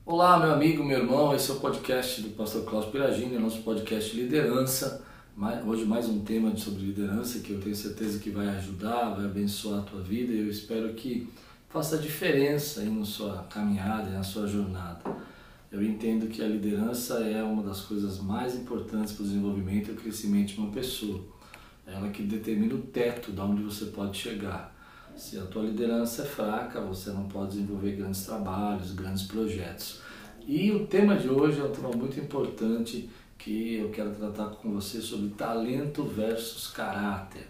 Olá, meu amigo, meu irmão, esse é o podcast do Pastor Cláudio Piragini, nosso podcast de liderança. Hoje mais um tema sobre liderança que eu tenho certeza que vai ajudar, vai abençoar a tua vida e eu espero que faça diferença aí na sua caminhada e na sua jornada. Eu entendo que a liderança é uma das coisas mais importantes para o desenvolvimento e o crescimento de uma pessoa. É ela que determina o teto de onde você pode chegar. Se a tua liderança é fraca, você não pode desenvolver grandes trabalhos, grandes projetos. E o tema de hoje é um tema muito importante que eu quero tratar com você sobre talento versus caráter.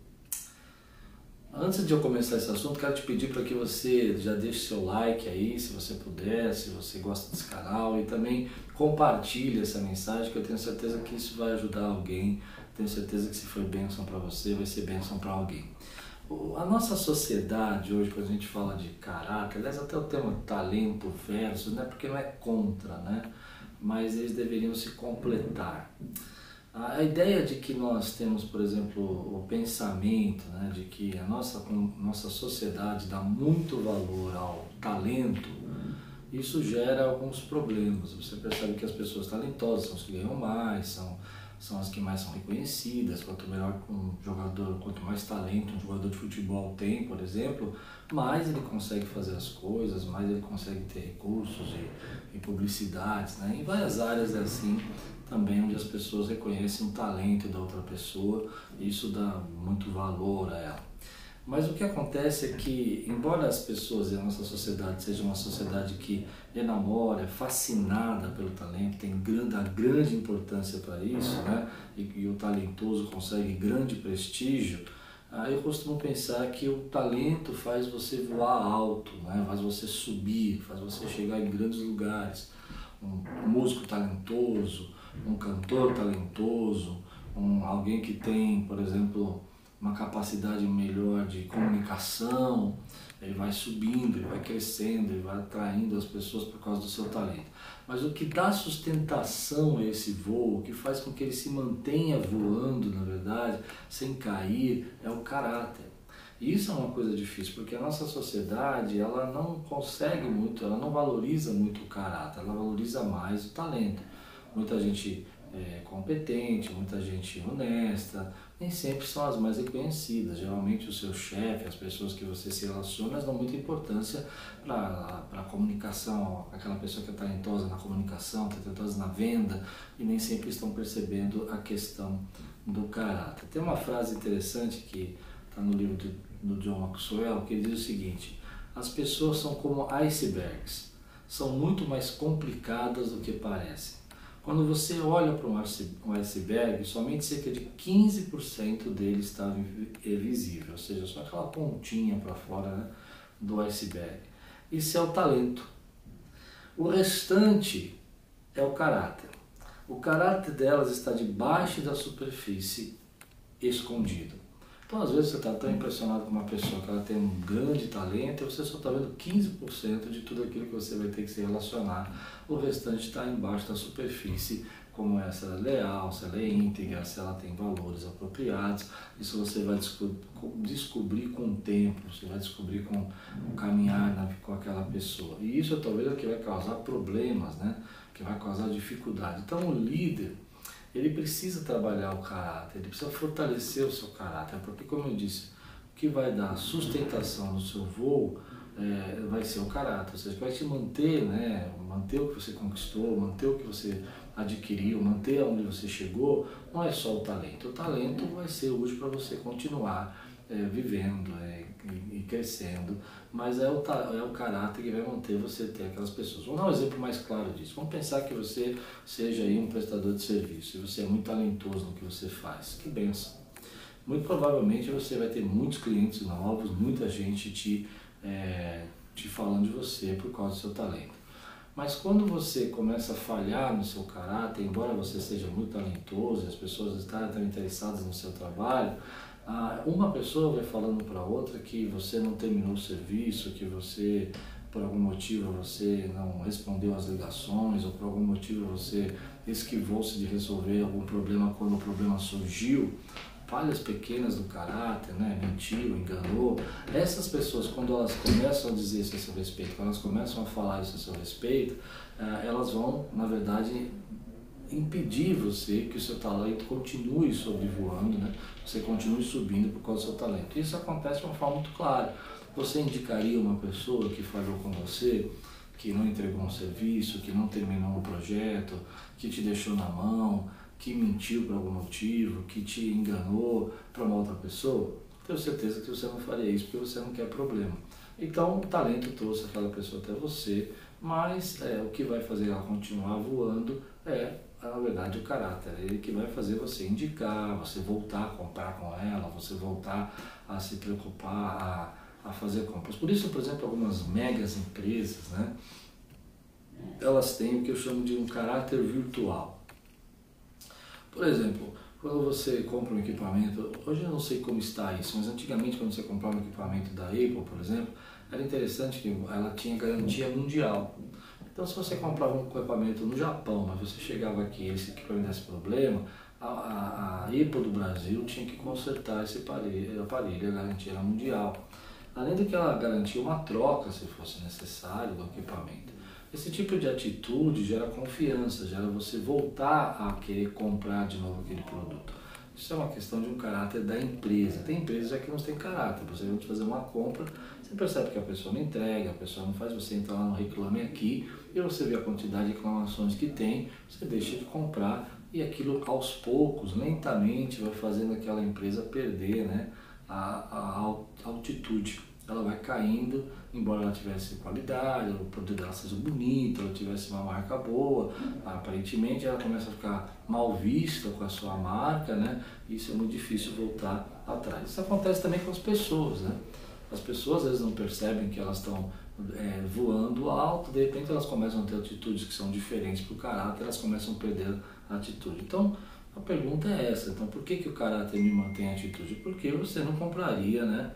Antes de eu começar esse assunto, quero te pedir para que você já deixe seu like aí, se você puder, se você gosta desse canal, e também compartilhe essa mensagem, que eu tenho certeza que isso vai ajudar alguém, tenho certeza que se for bênção para você, vai ser bênção para alguém. A nossa sociedade hoje, quando a gente fala de caráter, aliás até o termo talento versus, não é porque não é contra, né? Mas eles deveriam se completar. A ideia de que nós temos, por exemplo, o pensamento, né, de que a nossa sociedade dá muito valor ao talento, isso gera alguns problemas. Você percebe que as pessoas talentosas são as que ganham mais, são as que mais são reconhecidas. Quanto melhor um jogador, quanto mais talento um jogador de futebol tem, por exemplo, mais ele consegue fazer as coisas, mais ele consegue ter recursos e publicidades, né? Em várias áreas é assim também, onde as pessoas reconhecem o talento da outra pessoa, e isso dá muito valor a ela. Mas o que acontece é que, embora as pessoas e a nossa sociedade seja uma sociedade que enamora, é fascinada pelo talento, tem grande importância para isso, né? E o talentoso consegue grande prestígio, eu costumo pensar que o talento faz você voar alto, né? Faz você subir, faz você chegar em grandes lugares. Um músico talentoso, um cantor talentoso, alguém que tem, por exemplo, uma capacidade melhor de comunicação, ele vai subindo, ele vai crescendo, ele vai atraindo as pessoas por causa do seu talento. Mas o que dá sustentação a esse voo, o que faz com que ele se mantenha voando, na verdade, sem cair, é o caráter. E isso é uma coisa difícil, porque a nossa sociedade, ela não consegue muito, ela não valoriza muito o caráter, ela valoriza mais o talento. Muita gente competente, muita gente honesta, nem sempre são as mais reconhecidas. Geralmente o seu chefe, as pessoas que você se relaciona, dão muita importância para a comunicação, aquela pessoa que é talentosa na comunicação, que é talentosa na venda, e nem sempre estão percebendo a questão do caráter. Tem uma frase interessante que está no livro do John Maxwell, que diz o seguinte: as pessoas são como icebergs, são muito mais complicadas do que parecem. Quando você olha para um iceberg, somente cerca de 15% dele está visível, ou seja, só aquela pontinha para fora, né, do iceberg. Isso é o talento. O restante é o caráter. O caráter delas está debaixo da superfície, escondido. Então, às vezes, você está tão impressionado com uma pessoa que ela tem um grande talento e você só está vendo 15% de tudo aquilo que você vai ter que se relacionar. O restante está embaixo da superfície, como se ela é leal, se ela é íntegra, se ela tem valores apropriados. Isso você vai descobrir com o tempo, você vai descobrir com o caminhar com aquela pessoa. E isso talvez é o que vai causar problemas, né? Que vai causar dificuldade. Então, o líder, ele precisa trabalhar o caráter, ele precisa fortalecer o seu caráter, porque, como eu disse, o que vai dar sustentação no seu voo vai ser o caráter, ou seja, vai te manter, né, manter o que você conquistou, manter o que você adquiriu, manter onde você chegou. Não é só o talento vai ser útil para você continuar vivendo e crescendo, mas é o caráter que vai manter você ter aquelas pessoas. Vamos dar um exemplo mais claro disso. Vamos pensar que você seja aí um prestador de serviço e você é muito talentoso no que você faz. Que bênção! Muito provavelmente você vai ter muitos clientes novos, muita gente te falando de você por causa do seu talento. Mas quando você começa a falhar no seu caráter, embora você seja muito talentoso e as pessoas estão interessadas no seu trabalho, uma pessoa vai falando para outra que você não terminou o serviço, que você, por algum motivo, você não respondeu às ligações, ou por algum motivo você esquivou-se de resolver algum problema quando o problema surgiu. falhas pequenas do caráter, né? Mentiu, enganou, essas pessoas, quando elas começam a dizer isso a seu respeito, quando elas começam a falar isso a seu respeito, elas vão, na verdade, impedir você que o seu talento continue sobrevoando, né? Você continue subindo por causa do seu talento. Isso acontece de uma forma muito clara. Você indicaria uma pessoa que falhou com você, que não entregou um serviço, que não terminou um projeto, que te deixou na mão, que mentiu por algum motivo, que te enganou para uma outra pessoa? Tenho certeza que você não faria isso porque você não quer problema. Então o talento trouxe aquela pessoa até você, mas o que vai fazer ela continuar voando na verdade, o caráter. Ele que vai fazer você indicar, você voltar a comprar com ela, você voltar a se preocupar, a fazer compras. Por isso, por exemplo, algumas megas empresas, né, elas têm o que eu chamo de um caráter virtual. Por exemplo, quando você compra um equipamento, hoje eu não sei como está isso, mas antigamente quando você comprava um equipamento da Apple, por exemplo, era interessante que ela tinha garantia mundial. Então, se você comprava um equipamento no Japão, mas você chegava aqui e esse equipamento desse problema, a Apple do Brasil tinha que consertar esse aparelho, a garantia era mundial. Além de que ela garantia uma troca, se fosse necessário, do equipamento. Esse tipo de atitude gera confiança, gera você voltar a querer comprar de novo aquele produto. Isso é uma questão de um caráter da empresa. Tem empresas que não têm caráter. Você vai fazer uma compra, você percebe que a pessoa não entrega, a pessoa não faz, você entra lá no Reclame Aqui e você vê a quantidade de reclamações que tem, você deixa de comprar e aquilo aos poucos, lentamente, vai fazendo aquela empresa perder, né, a altitude. Ela vai caindo, embora ela tivesse qualidade, o produto dela seja bonito, ela tivesse uma marca boa, aparentemente ela começa a ficar mal vista com a sua marca, né? Isso é muito difícil voltar atrás. Isso acontece também com as pessoas, né? As pessoas às vezes não percebem que elas estão voando alto, de repente elas começam a ter atitudes que são diferentes para o caráter, elas começam a perder a atitude. Então, a pergunta é essa, então por que o caráter me mantém a atitude? Porque você não compraria, né?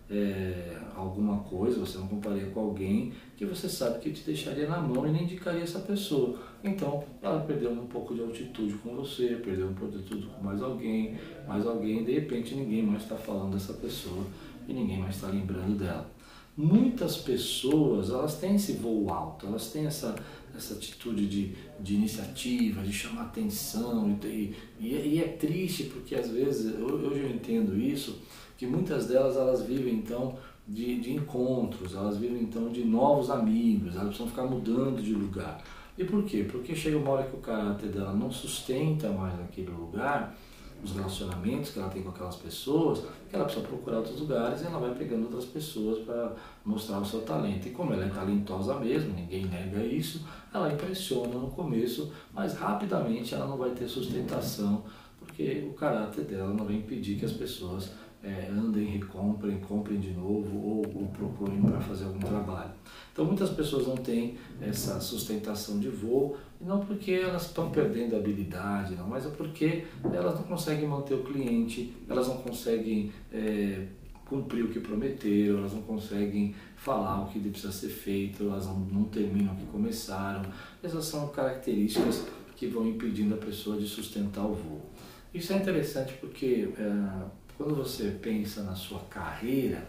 Alguma coisa, você não compraria com alguém que você sabe que te deixaria na mão e nem indicaria essa pessoa. Então, ela perdeu um pouco de altitude com você, perdeu um pouco de altitude com mais alguém, de repente ninguém mais está falando dessa pessoa e ninguém mais está lembrando dela. Muitas pessoas, elas têm esse voo alto, elas têm essa atitude de iniciativa, de chamar atenção, e é triste porque às vezes, hoje eu entendo isso, que muitas delas elas vivem então de encontros, elas vivem então de novos amigos, elas precisam ficar mudando de lugar. E por quê? Porque chega uma hora que o caráter dela não sustenta mais naquele lugar, os relacionamentos que ela tem com aquelas pessoas, que ela precisa procurar outros lugares e ela vai pegando outras pessoas para mostrar o seu talento. E como ela é talentosa mesmo, ninguém nega isso, ela impressiona no começo, mas rapidamente ela não vai ter sustentação, porque o caráter dela não vai impedir que as pessoas andem, recomprem, comprem de novo ou procurem para fazer algum trabalho. Então muitas pessoas não têm essa sustentação de voo, e não porque elas estão perdendo a habilidade, não, mas é porque elas não conseguem manter o cliente, elas não conseguem cumprir o que prometeram, elas não conseguem falar o que precisa ser feito, elas não terminam o que começaram. Essas são características que vão impedindo a pessoa de sustentar o voo. Isso é interessante porque quando você pensa na sua carreira,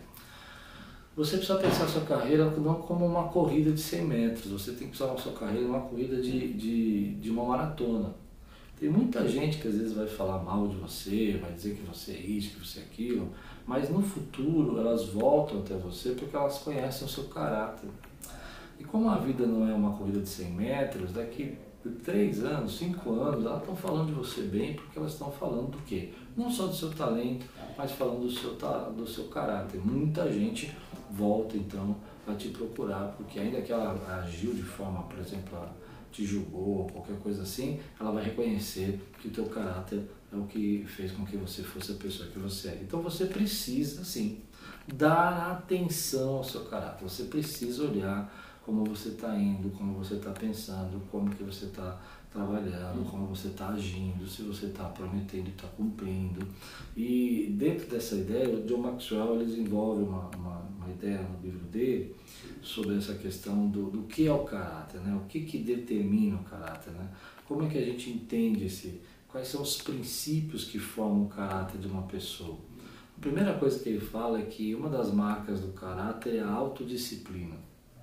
você precisa pensar a sua carreira não como uma corrida de 100 metros, você tem que pensar na sua carreira uma corrida de uma maratona. Tem muita gente que às vezes vai falar mal de você, vai dizer que você é isso, que você é aquilo, mas no futuro elas voltam até você porque elas conhecem o seu caráter. E como a vida não é uma corrida de 100 metros, daqui 3 anos, 5 anos, elas estão falando de você bem porque elas estão falando do quê? Não só do seu talento, mas falando do seu caráter. Muita gente volta então a te procurar, porque ainda que ela agiu de forma, por exemplo, te julgou, qualquer coisa assim, ela vai reconhecer que o teu caráter é o que fez com que você fosse a pessoa que você é. Então você precisa, sim, dar atenção ao seu caráter, você precisa olhar como você está indo, como você está pensando, como que você está trabalhando, como você está agindo, se você está prometendo e está cumprindo. E dentro dessa ideia, o John Maxwell ele desenvolve uma ideia no livro dele sobre essa questão do que é o caráter, né? O que determina o caráter, né? Como é que a gente entende quais são os princípios que formam o caráter de uma pessoa. A primeira coisa que ele fala é que uma das marcas do caráter é a autodisciplina.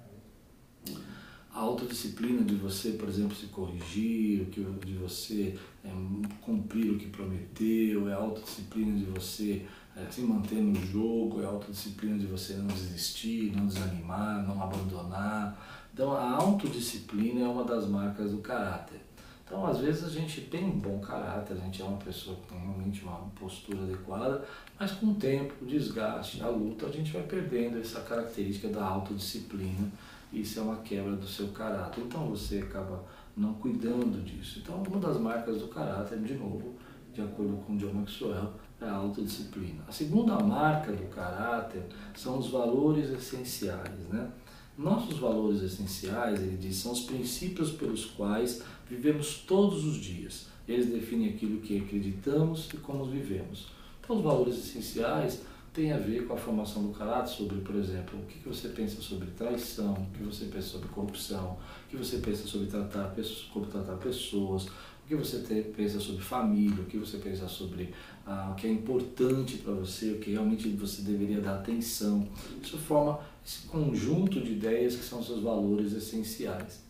A autodisciplina de você, por exemplo, se corrigir, de você cumprir o que prometeu, é a autodisciplina de você se manter no jogo, é a autodisciplina de você não desistir, não desanimar, não abandonar. Então a autodisciplina é uma das marcas do caráter. Então às vezes a gente tem um bom caráter, a gente é uma pessoa que tem realmente uma postura adequada, mas com o tempo, o desgaste, a luta, a gente vai perdendo essa característica da autodisciplina. Isso é uma quebra do seu caráter, então você acaba não cuidando disso. Então uma das marcas do caráter, de novo, de acordo com John Maxwell, é a autodisciplina. A segunda marca do caráter são os valores essenciais, né? Nossos valores essenciais, ele diz, são os princípios pelos quais vivemos todos os dias. Eles definem aquilo que acreditamos e como vivemos. Então os valores essenciais tem a ver com a formação do caráter, sobre, por exemplo, o que você pensa sobre traição, o que você pensa sobre corrupção, o que você pensa sobre como tratar pessoas, o que você pensa sobre família, o que você pensa sobre o que é importante para você, o que realmente você deveria dar atenção. Isso forma esse conjunto de ideias que são seus valores essenciais.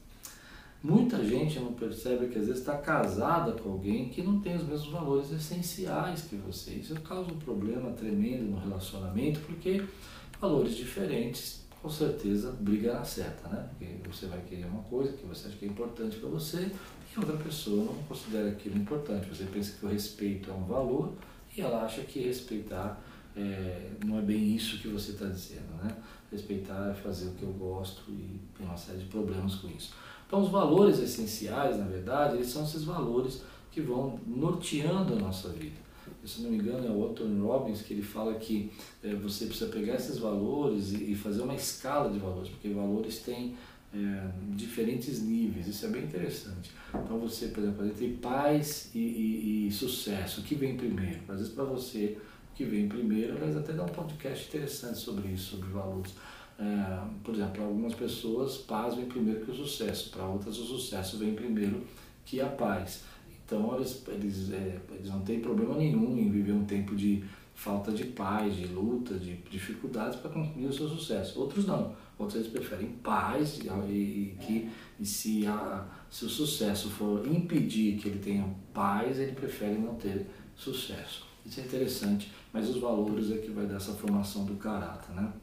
Muita gente não percebe que às vezes está casada com alguém que não tem os mesmos valores essenciais que você. Isso causa um problema tremendo no relacionamento, porque valores diferentes, com certeza, briga na certa, né? Porque você vai querer uma coisa que você acha que é importante para você e outra pessoa não considera aquilo importante. Você pensa que o respeito é um valor e ela acha que respeitar não é bem isso que você está dizendo, né? Respeitar é fazer o que eu gosto e tem uma série de problemas com isso. Então os valores essenciais, na verdade, eles são esses valores que vão norteando a nossa vida. Se não me engano é o Anthony Robbins que ele fala que você precisa pegar esses valores e fazer uma escala de valores, porque valores têm diferentes níveis, isso é bem interessante. Então você, por exemplo, entre paz e sucesso, o que vem primeiro? Às vezes para você o que vem primeiro, aliás até dá um podcast interessante sobre isso, sobre valores. Por exemplo, para algumas pessoas paz vem primeiro que o sucesso, para outras o sucesso vem primeiro que a paz. Então eles não têm problema nenhum em viver um tempo de falta de paz, de luta, de dificuldades para conseguir o seu sucesso. Outros não, outros eles preferem paz e se o sucesso for impedir que ele tenha paz, ele prefere não ter sucesso. Isso é interessante, mas os valores é que vai dar essa formação do caráter, né?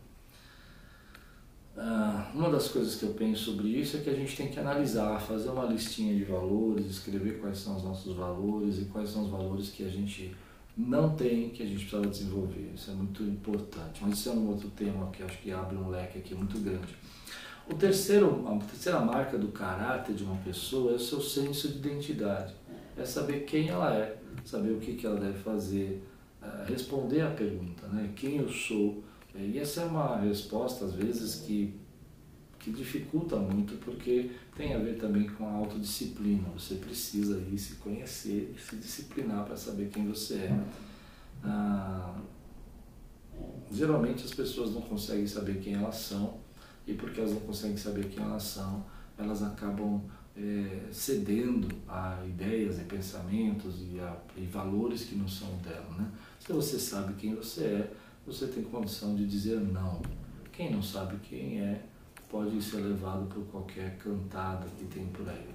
Uma das coisas que eu penso sobre isso é que a gente tem que analisar, fazer uma listinha de valores, escrever quais são os nossos valores e quais são os valores que a gente não tem, que a gente precisa desenvolver. Isso é muito importante, mas isso é um outro tema que acho que abre um leque aqui muito grande. A terceira marca do caráter de uma pessoa é o seu senso de identidade. É saber quem ela é, saber o que ela deve fazer, responder à pergunta, né? Quem eu sou. E essa é uma resposta, às vezes, que dificulta muito, porque tem a ver também com a autodisciplina. Você precisa aí se conhecer e se disciplinar para saber quem você é. Geralmente as pessoas não conseguem saber quem elas são, e porque elas não conseguem saber quem elas são, elas acabam cedendo a ideias e pensamentos e valores que não são dela, né? Se você sabe quem você é, você tem condição de dizer não. Quem não sabe quem é, pode ser levado por qualquer cantada que tem por aí.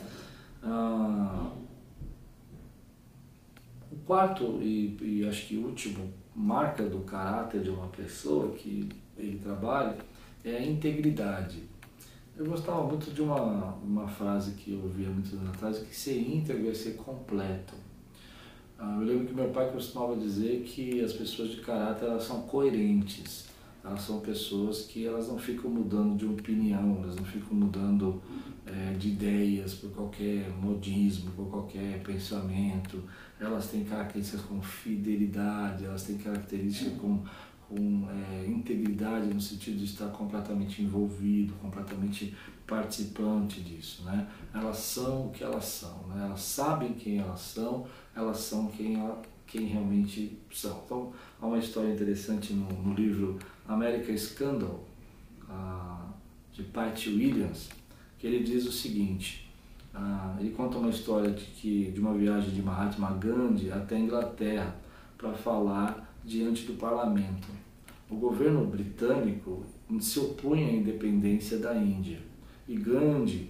O quarto e acho que último marca do caráter de uma pessoa que ele trabalha é a integridade. Eu gostava muito de uma frase que eu ouvia muitos anos atrás, que ser íntegro é ser completo. Eu lembro que meu pai costumava dizer que as pessoas de caráter elas são coerentes, elas são pessoas que elas não ficam mudando de opinião, elas não ficam mudando de ideias por qualquer modismo, por qualquer pensamento. Elas têm características como fidelidade, elas têm características com integridade no sentido de estar completamente envolvido, completamente participante disso, né? Elas são o que elas são, né? Elas sabem quem elas são quem realmente são. Então, há uma história interessante no livro American Scandal, de Pat Williams, que ele diz o seguinte: Ele conta uma história de uma viagem de Mahatma Gandhi até a Inglaterra para falar diante do parlamento. O governo britânico se opunha à independência da Índia e Gandhi,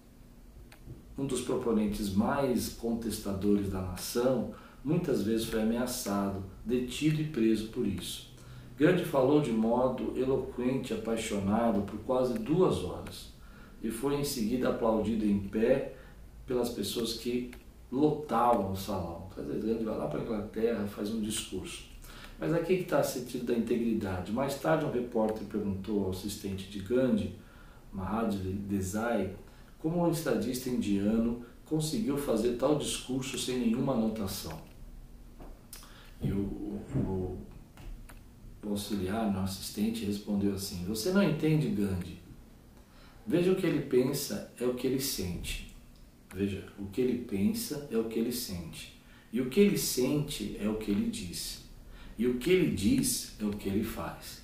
um dos proponentes mais contestadores da nação, muitas vezes foi ameaçado, detido e preso por isso. Gandhi falou de modo eloquente e apaixonado por quase 2 horas e foi em seguida aplaudido em pé pelas pessoas que lotavam o salão. Quer dizer, Gandhi vai lá para a Inglaterra e faz um discurso. Mas aqui que está o sentido da integridade. Mais tarde um repórter perguntou ao assistente de Gandhi, Mahatma Desai, como um estadista indiano conseguiu fazer tal discurso sem nenhuma anotação. E o auxiliar, o assistente, respondeu assim: você não entende Gandhi. Veja, o que ele pensa é o que ele sente. Veja, o que ele pensa é o que ele sente. E o que ele sente é o que ele diz. E o que ele diz é o que ele faz.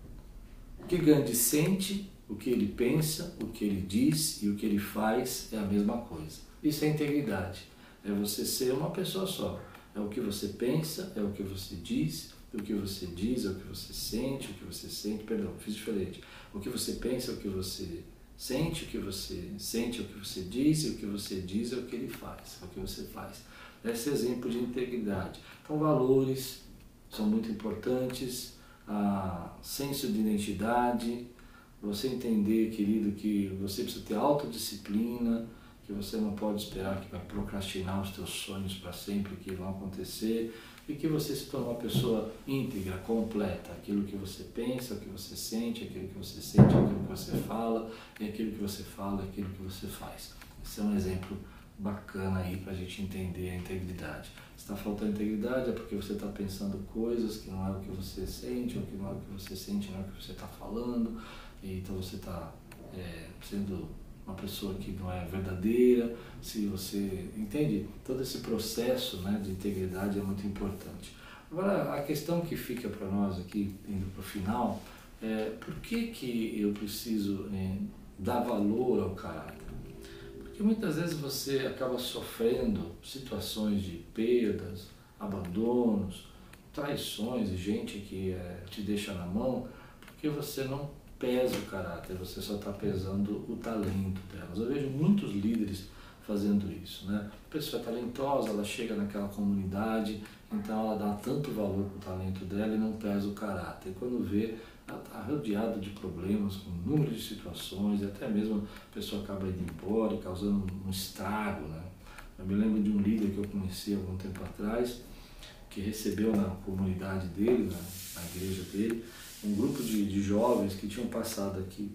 O que Gandhi sente, o que ele pensa, o que ele diz e o que ele faz é a mesma coisa. Isso é integridade. É você ser uma pessoa só. É o que você pensa, é o que você diz, o que você diz, é o que você sente, o que você sente, perdão, fiz diferente. O que você pensa, é o que você sente, o que você sente, é o que você diz, e o que você diz é o que ele faz, é o que você faz. Esse é exemplo de integridade. Então, valores são muito importantes, senso de identidade, você entender, querido, que você precisa ter autodisciplina, que você não pode esperar que vai procrastinar os teus sonhos para sempre, que vão acontecer, e que você se torne uma pessoa íntegra, completa, aquilo que você pensa, o que você sente, aquilo que você sente, aquilo que você fala, e aquilo que você fala, aquilo que você faz. Esse é um exemplo bacana aí para a gente entender a integridade. Se está faltando integridade é porque você está pensando coisas que não é o que você sente, ou que não é o que você sente, não é o que você está falando, e então você está sendo uma pessoa que não é verdadeira. Se você entende, todo esse processo, né, de integridade é muito importante. Agora, a questão que fica para nós aqui, indo para o final, é por que eu preciso dar valor ao caráter? Porque muitas vezes você acaba sofrendo situações de perdas, abandonos, traições e gente que te deixa na mão, porque você não pesa o caráter, você só está pesando o talento delas. Eu vejo muitos líderes fazendo isso, né? A pessoa é talentosa, ela chega naquela comunidade, então ela dá tanto valor para o talento dela e não pesa o caráter. E quando vê, ela está rodeada de problemas, com número de situações, e até mesmo a pessoa acaba indo embora, causando um estrago, né? Eu me lembro de um líder que eu conheci há algum tempo atrás, que recebeu na comunidade dele, na igreja dele, um grupo de jovens que tinham passado aqui.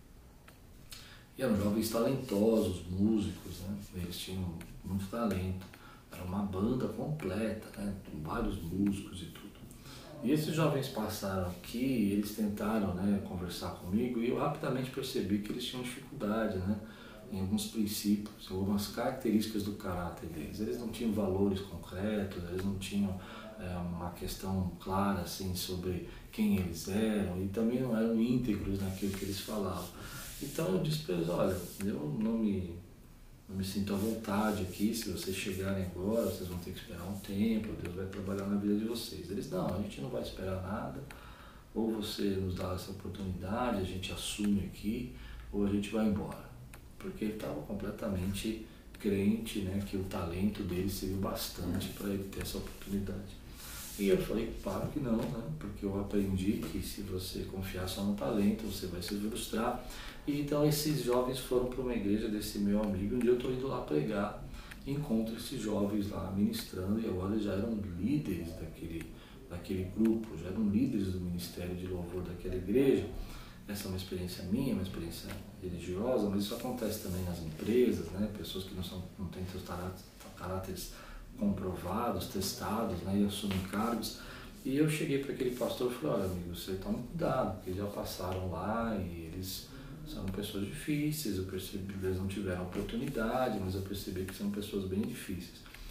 E eram jovens talentosos, músicos, né? Eles tinham muito talento. Era uma banda completa, né? Com vários músicos e tudo. E esses jovens passaram aqui, eles tentaram, né, conversar comigo, e eu rapidamente percebi que eles tinham dificuldade, né, em alguns princípios, algumas características do caráter deles. Eles não tinham valores concretos, eles não tinham uma questão clara assim, sobre quem eles eram, e também não eram íntegros naquilo que eles falavam. Então eu disse para eles: olha, eu não me sinto à vontade aqui, se vocês chegarem agora, vocês vão ter que esperar um tempo, Deus vai trabalhar na vida de vocês. Eles: não, a gente não vai esperar nada, ou você nos dá essa oportunidade, a gente assume aqui, ou a gente vai embora. Porque ele estava completamente crente, né, que o talento dele serviu bastante para ele ter essa oportunidade. E eu falei: claro que não, né? Porque eu aprendi que se você confiar só no talento, você vai se frustrar. E então esses jovens foram para uma igreja desse meu amigo. Um dia eu estou indo lá pregar, encontro esses jovens lá ministrando, e agora eles já eram líderes daquele grupo, já eram líderes do ministério de louvor daquela igreja. Essa é uma experiência minha, uma experiência religiosa, mas isso acontece também nas empresas, né? Pessoas que não têm seus caráteres comprovados, testados, né, e assumem cargos. E eu cheguei para aquele pastor e falei: olha, amigo, você toma cuidado, porque eles já passaram lá e eles são pessoas difíceis. Eu percebi que eles não tiveram oportunidade, mas eu percebi que são pessoas bem difíceis.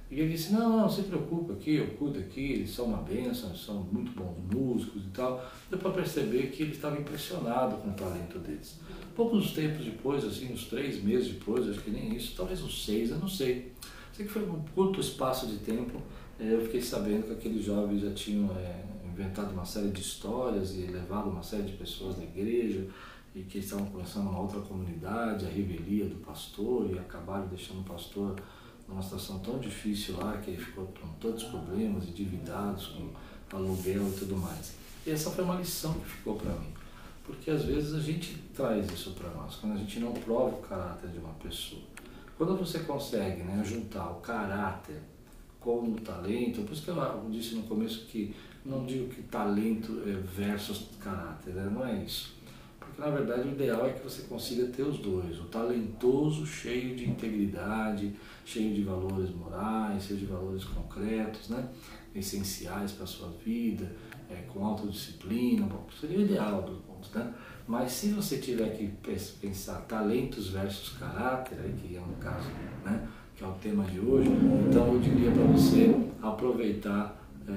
E ele disse, não, se preocupa aqui, eu cuido aqui, eles são uma bênção, eles são muito bons músicos e tal. Deu para perceber que ele estava impressionado com o talento deles. Poucos tempos depois, assim, uns 3 meses depois, acho que nem isso, talvez uns 6, eu não sei. Sei que foi um curto espaço de tempo, eu fiquei sabendo que aqueles jovens já tinham inventado uma série de histórias e levado uma série de pessoas na igreja e que estavam começando uma outra comunidade, a revelia do pastor, e acabaram deixando o pastor numa situação tão difícil lá, que ele ficou com todos os problemas, endividados, com aluguel e tudo mais. E essa foi uma lição que ficou para mim, porque às vezes a gente traz isso para nós, quando a gente não prova o caráter de uma pessoa. Quando você consegue, né, juntar o caráter com o talento, por isso que eu disse no começo que não digo que talento versus caráter, né? Não é isso. Porque na verdade o ideal é que você consiga ter os dois, o talentoso cheio de integridade, cheio de valores morais, cheio de valores concretos, né? Essenciais para a sua vida, com autodisciplina, bom, seria o ideal dos pontos, né? Mas se você tiver que pensar talentos versus caráter, aí que é um caso, né, que é o tema de hoje, então eu diria para você aproveitar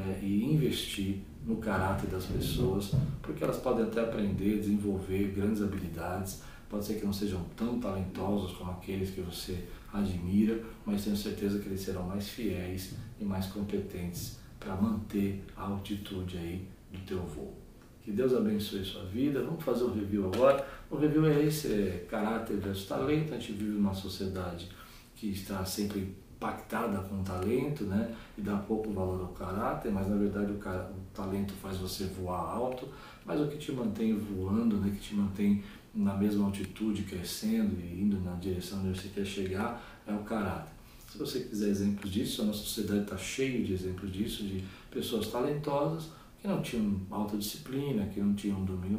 e investir no caráter das pessoas, porque elas podem até aprender, desenvolver grandes habilidades, pode ser que não sejam tão talentosos como aqueles que você admira, mas tenho certeza que eles serão mais fiéis e mais competentes para manter a altitude aí do teu voo. Que Deus abençoe sua vida. Vamos fazer um review agora. O review é esse, caráter versus talento. A gente vive numa sociedade que está sempre impactada com o talento, né? E dá pouco valor ao caráter, mas na verdade o talento faz você voar alto, mas o que te mantém voando, né? Que te mantém na mesma altitude, crescendo e indo na direção onde você quer chegar, é o caráter. Se você quiser exemplos disso, a nossa sociedade está cheia de exemplos disso, de pessoas talentosas, que não tinham autodisciplina, que não tinham domínio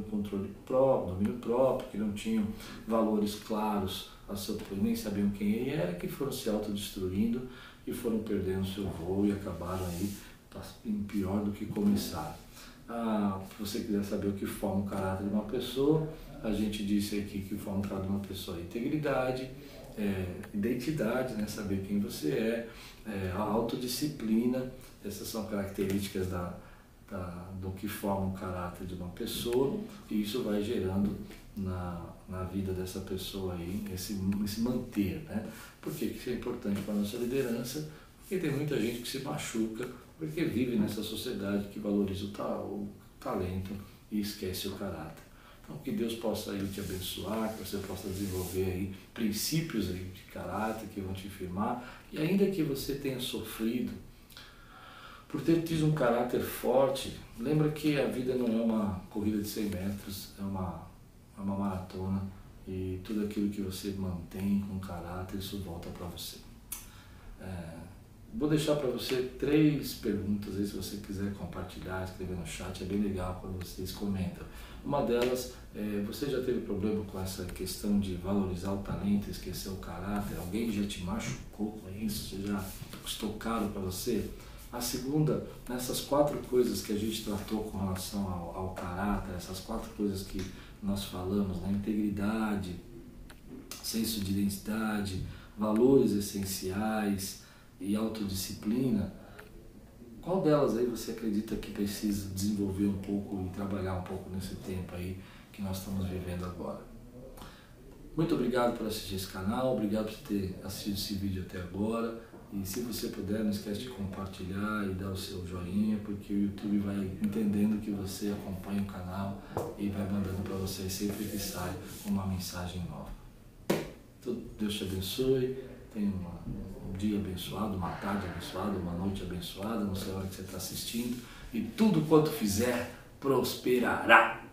próprio, que não tinham valores claros, nem sabiam quem ele era, que foram se autodestruindo e foram perdendo seu voo e acabaram aí pior do que começaram. Se você quiser saber o que forma o caráter de uma pessoa, a gente disse aqui que forma o caráter de uma pessoa: integridade, identidade, né? Saber quem você a autodisciplina. Essas são características do que forma o caráter de uma pessoa, e isso vai gerando na vida dessa pessoa aí, esse manter, né? Por que isso é importante para a nossa liderança? Porque tem muita gente que se machuca porque vive nessa sociedade que valoriza o talento e esquece o caráter. Então que Deus possa aí te abençoar, que você possa desenvolver aí princípios aí de caráter que vão te firmar, e ainda que você tenha sofrido por ter tido um caráter forte, lembra que a vida não é uma corrida de 100 metros, é uma maratona, e tudo aquilo que você mantém com caráter, isso volta para você. Vou deixar para você 3 perguntas aí, se você quiser compartilhar, escrever no chat, é bem legal quando vocês comentam. Uma delas, você já teve problema com essa questão de valorizar o talento, esquecer o caráter? Alguém já te machucou com isso? Você já custou caro para você? A segunda, nessas 4 coisas que a gente tratou com relação ao caráter, essas 4 coisas que nós falamos, né? Integridade, senso de identidade, valores essenciais e autodisciplina, qual delas aí você acredita que precisa desenvolver um pouco e trabalhar um pouco nesse tempo aí que nós estamos vivendo agora? Muito obrigado por assistir esse canal, obrigado por ter assistido esse vídeo até agora, e se você puder, não esquece de compartilhar e dar o seu joinha, porque o YouTube vai entendendo que você acompanha o canal e vai mandando para você sempre que sai uma mensagem nova. Deus te abençoe, tenha um dia abençoado, uma tarde abençoada, uma noite abençoada, não sei a hora que você está assistindo, e tudo quanto fizer prosperará.